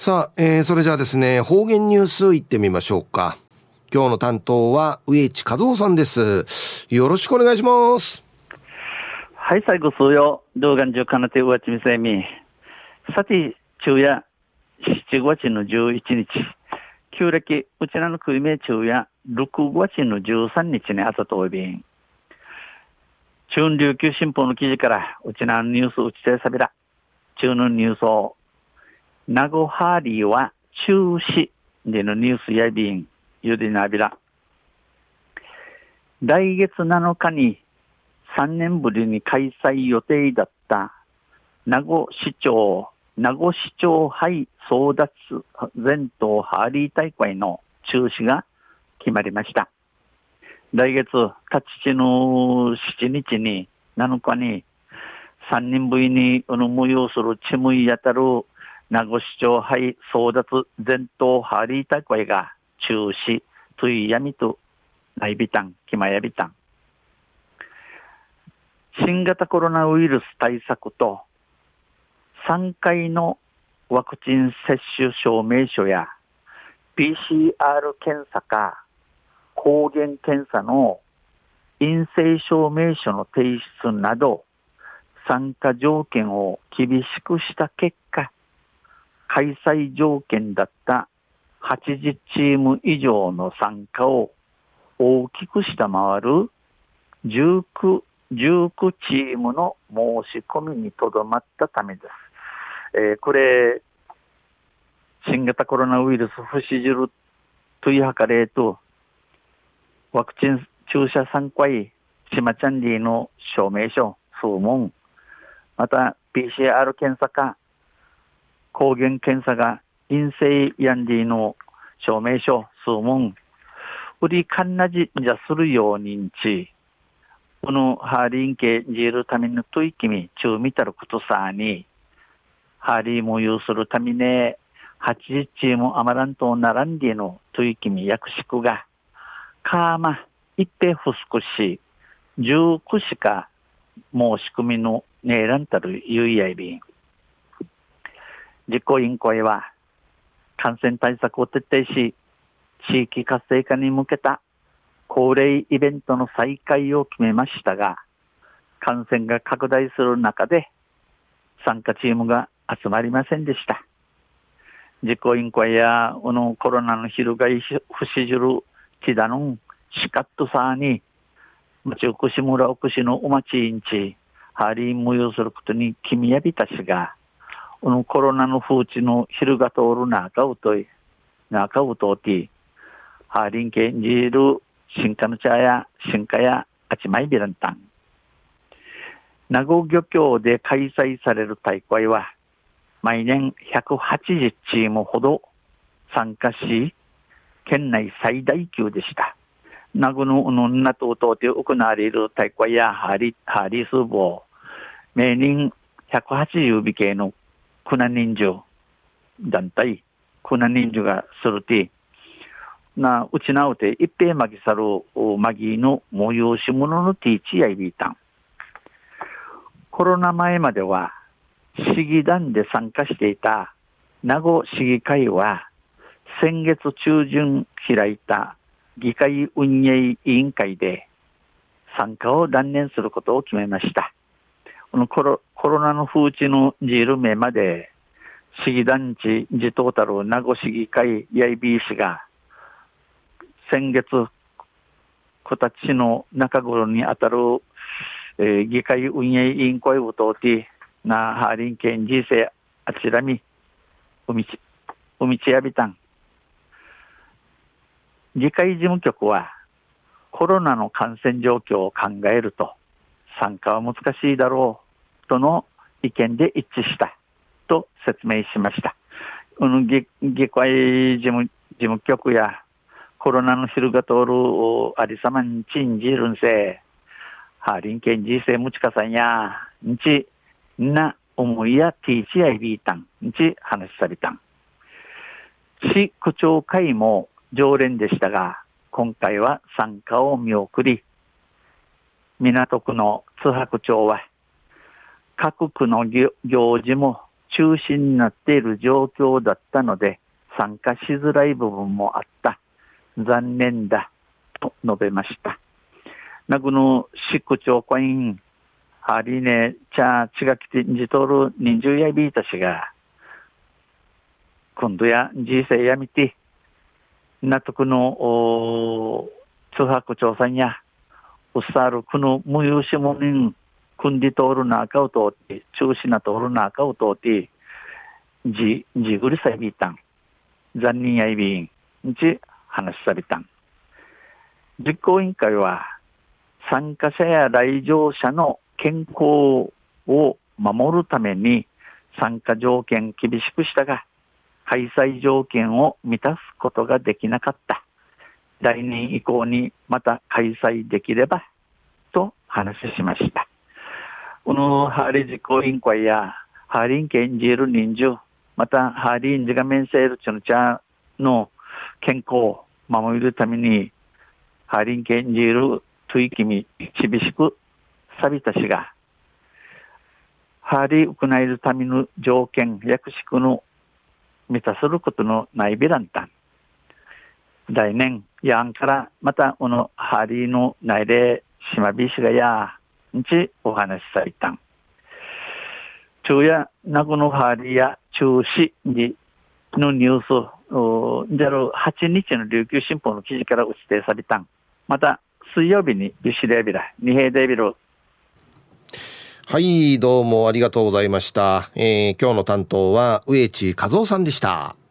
さあ、それじゃあですね、方言ニュースいってみましょうか。今日の担当は植地和夫さんです。よろしくお願いします。 はい、最後数曜動画中かなてうわちみせみさて昼夜7月の11日旧暦うちらの国名昼夜6月の13日に朝とおびん中琉球新報の記事からうちらのニュースうちてさびら中のニュースを名護ハーリーは中止でのニュースやびんゆでなびら来月7日に3年ぶりに開催予定だった名護市長杯争奪全島ハーリー大会の中止が決まりました。来月立ちの7日に7日に3年ぶりに催するチムイやたる名護市長杯争奪全島ハーリー大会が中止というやみとないびたん決まやびたん新型コロナウイルス対策と3回のワクチン接種証明書や PCR 検査か抗原検査の陰性証明書の提出など参加条件を厳しくした結果、開催条件だった80チーム以上の参加を大きく下回る19チームの申し込みにとどまったためです。これ、新型コロナウイルス不死汁というはかれと、ワクチン注射3回、シマチャンリーの証明書、数問、また PCR 検査か、抗原検査が陰性ヤンディの証明書、数問、売りかんなじじゃするようにんち、このハーリン系ジールためのといきみ中見たることさにハーリーも有するためね80チームアマラント並んでのといきみ役職がカーマ一平ふすくし19しか申し込みのねえらんたるゆいやいびん実行委員会は感染対策を徹底し地域活性化に向けた恒例イベントの再開を決めましたが、感染が拡大する中で参加チームが集まりませんでした。実行委員会やこのコロナの広がり不死じる地だのシカットさに町奥市村奥市のお町インチハーリー無用することに君やびたちがこのコロナの風地の昼が通る中うとい中うとてハーリンケンジール新カの茶や新カやあちまいビランタン名護漁協で開催される大会は毎年180チームほど参加し県内最大級でした。名護の女とうとうで行われる大会やハーリースーボー名人180尾系のクナ人数団体クナ人数がするてなうちなうて一平まぎさるまぎの催し物のティーチやいびいたんコロナ前までは市議団で参加していた名護市議会は先月中旬開いた議会運営委員会で参加を断念することを決めました。このコロナの風知のジール名まで市議団地自党たる名護市議会やいびいしが先月小立市の中頃にあたる、議会運営委員会を通ってなハーリン県人生あちらみ海地やびたん議会事務局はコロナの感染状況を考えると参加は難しいだろうとの意見で一致したと説明しました。この議会事務局やコロナの昼が通るありさまにちんじるんせハーリン県人生むちかさんやんちな思いやティーチやいびいたんんち話されたん市区長会も常連でしたが今回は参加を見送り港区の津波区長は各区の行事も中止になっている状況だったので、参加しづらい部分もあった。残念だ。と述べました。なぐの市区長官員、ハリネ、チャー、チガキティンジトール、人数やビータ氏が、今度や人生やみて、納得の通白調査や、ウッサールクの無有しもん、組んで通るなあかを通って、中止な通るなあかを通って、じぐりさいびいたん。残忍やいびん、ち話しさびたん。実行委員会は、参加者や来場者の健康を守るために参加条件厳しくしたが、開催条件を満たすことができなかった。来年以降にまた開催できれば、と話しました。このハーリー実行委員会やハーリンケンジール人数、またハーリンジがメンセールチュヌチャの健康を守るために、ハーリンケンジールトゥイキミ厳しくサビたしが、ハーリーウクナイルための条件、約束の満たすることのないビランタン。来年、やんからまたこのハーリーの内で島ビシがやんちお話しされたん。昼夜、名護のハーリーや中止にのニュース、じゃる8日の琉球新報の記事から打ち定されたん。また、水曜日にビシレビラ、二平デビル。 はい、どうもありがとうございました。今日の担当は植地和夫さんでした。